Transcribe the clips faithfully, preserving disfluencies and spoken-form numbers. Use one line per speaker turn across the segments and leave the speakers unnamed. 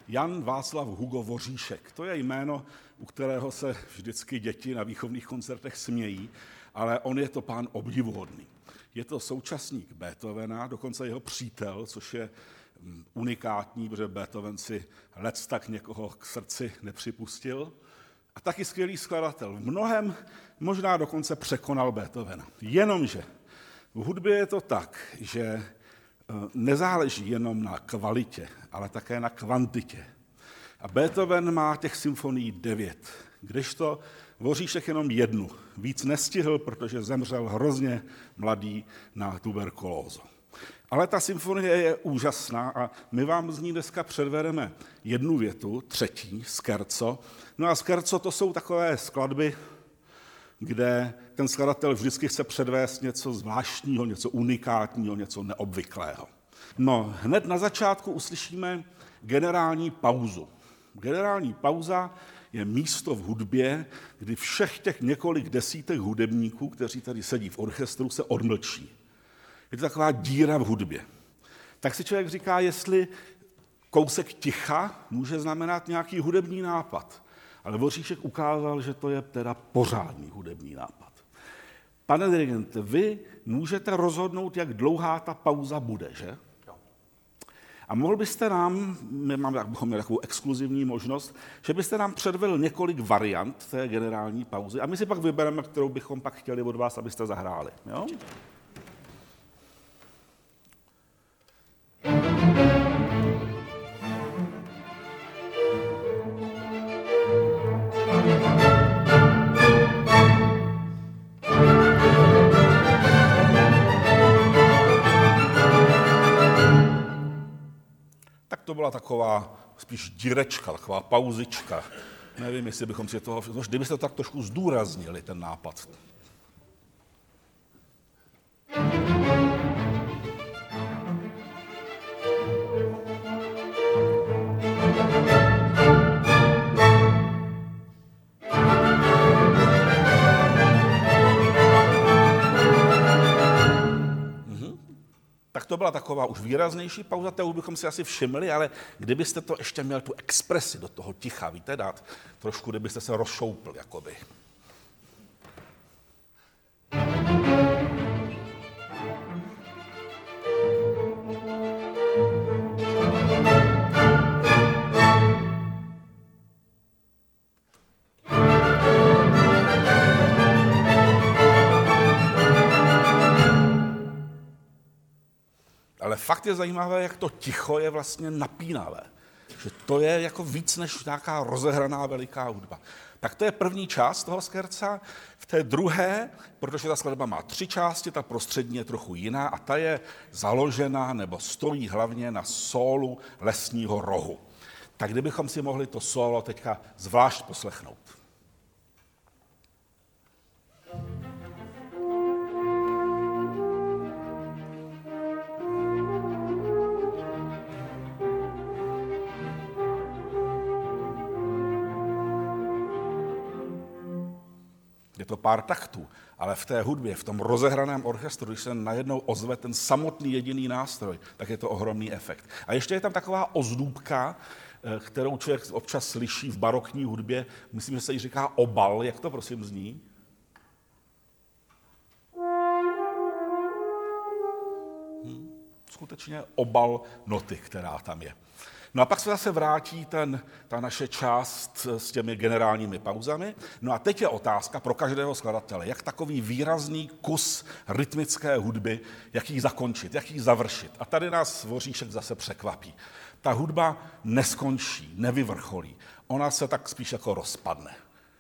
Jan Václav Hugo Voříšek. To je jméno, u kterého se vždycky děti na výchovných koncertech smějí, ale on je to pán obdivuhodný. Je to současník Beethovena, dokonce jeho přítel, což je unikátní, protože Beethoven si lec tak někoho k srdci nepřipustil. A taky skvělý skladatel. V mnohem možná dokonce překonal Beethovena. Jenomže v hudbě je to tak, že nezáleží jenom na kvalitě, ale také na kvantitě. A Beethoven má těch symfonií devět, kdežto Voříšek jenom jednu. Víc nestihl, protože zemřel hrozně mladý na tuberkulózu. Ale ta symfonie je úžasná a my vám z ní dneska předvedeme jednu větu, třetí, scherzo. No a scherzo to jsou takové skladby, kde ten skladatel vždycky chce předvést něco zvláštního, něco unikátního, něco neobvyklého. No, hned na začátku uslyšíme generální pauzu. Generální pauza je místo v hudbě, kdy všech těch několik desítek hudebníků, kteří tady sedí v orchestru, se odmlčí. Je to taková díra v hudbě. Tak si člověk říká, jestli kousek ticha může znamenat nějaký hudební nápad. Ale Voříšek ukázal, že to je teda pořádný hudební nápad. Pane dirigente, vy můžete rozhodnout, jak dlouhá ta pauza bude, že? A mohl byste nám, my máme takovou exkluzivní možnost, že byste nám předvedl několik variant té generální pauzy a my si pak vybereme, kterou bychom pak chtěli od vás, abyste zahráli. Jo? To byla taková spíš dírečka, taková pauzička. Nevím, jestli bychom si toho... Kdybyste to tak trošku zdůraznili, ten nápad. To byla taková už výraznější pauza, to už bychom si asi všimli, ale kdybyste to ještě měl tu expresi do toho ticha, víte, dát trošku, kdybyste se rozšoupl, jakoby. Ale fakt je zajímavé, jak to ticho je vlastně napínavé. Že to je jako víc než nějaká rozehraná veliká hudba. Tak to je první část toho scherza. V té druhé, protože ta skladba má tři části, ta prostřední je trochu jiná a ta je založena nebo stojí hlavně na sólu lesního rohu. Tak kdybychom si mohli to sólo teďka zvlášť poslechnout. Je to pár taktů, ale v té hudbě, v tom rozehraném orchestru, když se najednou ozve ten samotný jediný nástroj, tak je to ohromný efekt. A ještě je tam taková ozdůbka, kterou člověk občas slyší v barokní hudbě, myslím, že se jí říká obal. Jak to prosím zní? Hm, skutečně obal noty, která tam je. No a pak se zase vrátí ten, ta naše část s těmi generálními pauzami. No a teď je otázka pro každého skladatele, jak takový výrazný kus rytmické hudby, jak ji zakončit, jak ji završit. A tady nás Voříšek zase překvapí. Ta hudba neskončí, nevyvrcholí. Ona se tak spíš jako rozpadne.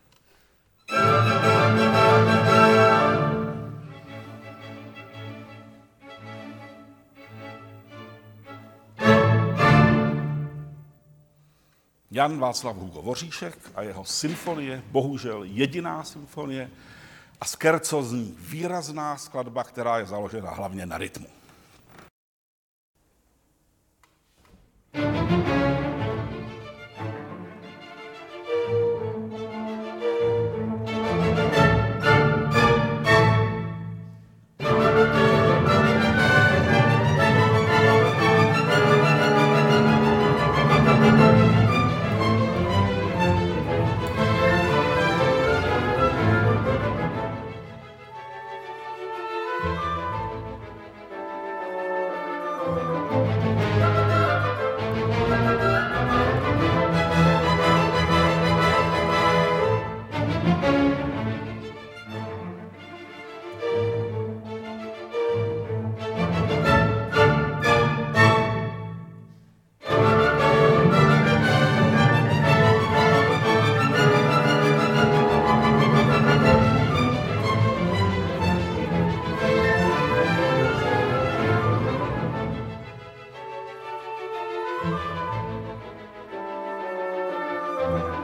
Jan Václav Hugo Voříšek a jeho symfonie, bohužel jediná symfonie, a scherzo zní výrazná skladba, která je založena hlavně na rytmu.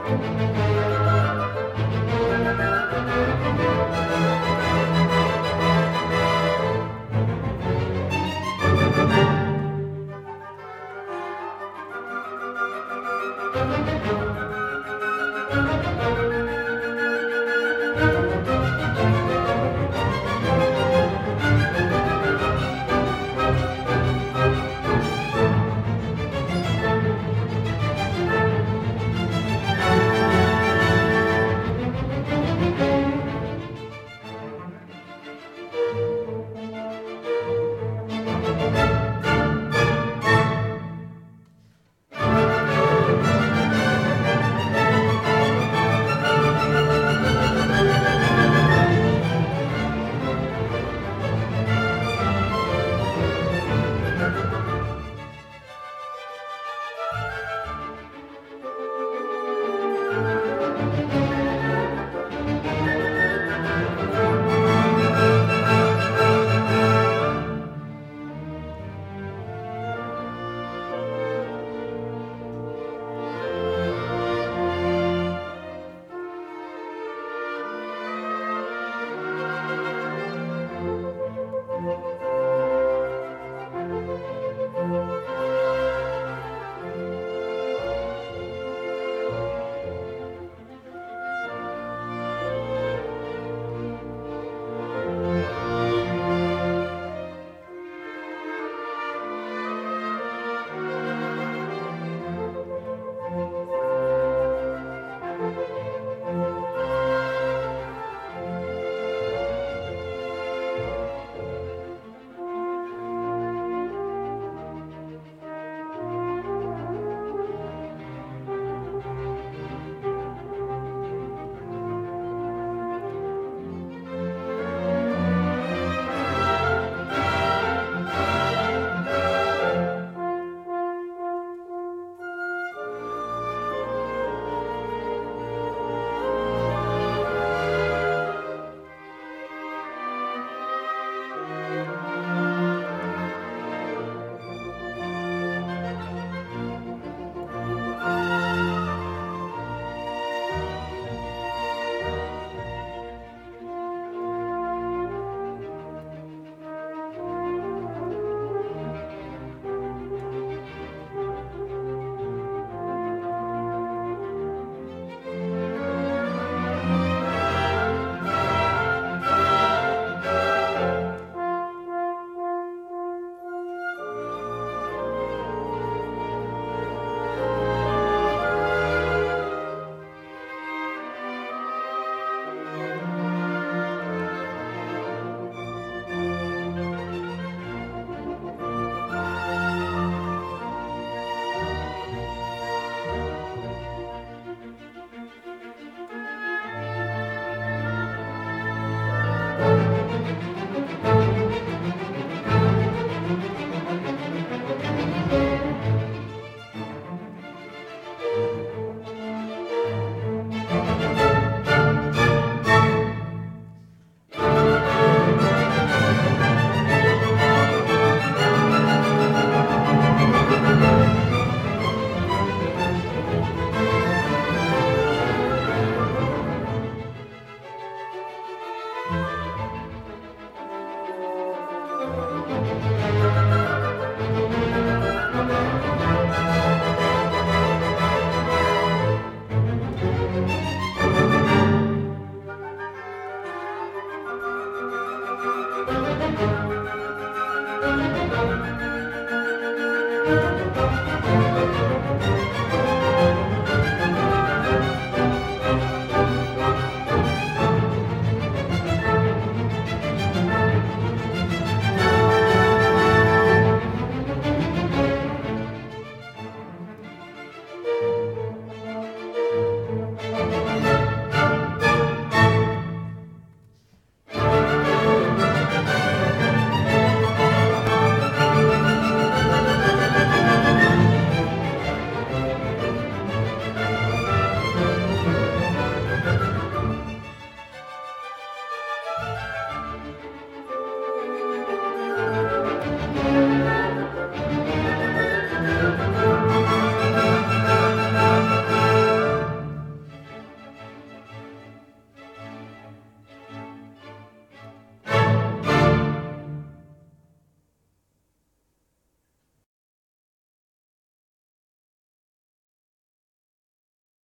Thank you.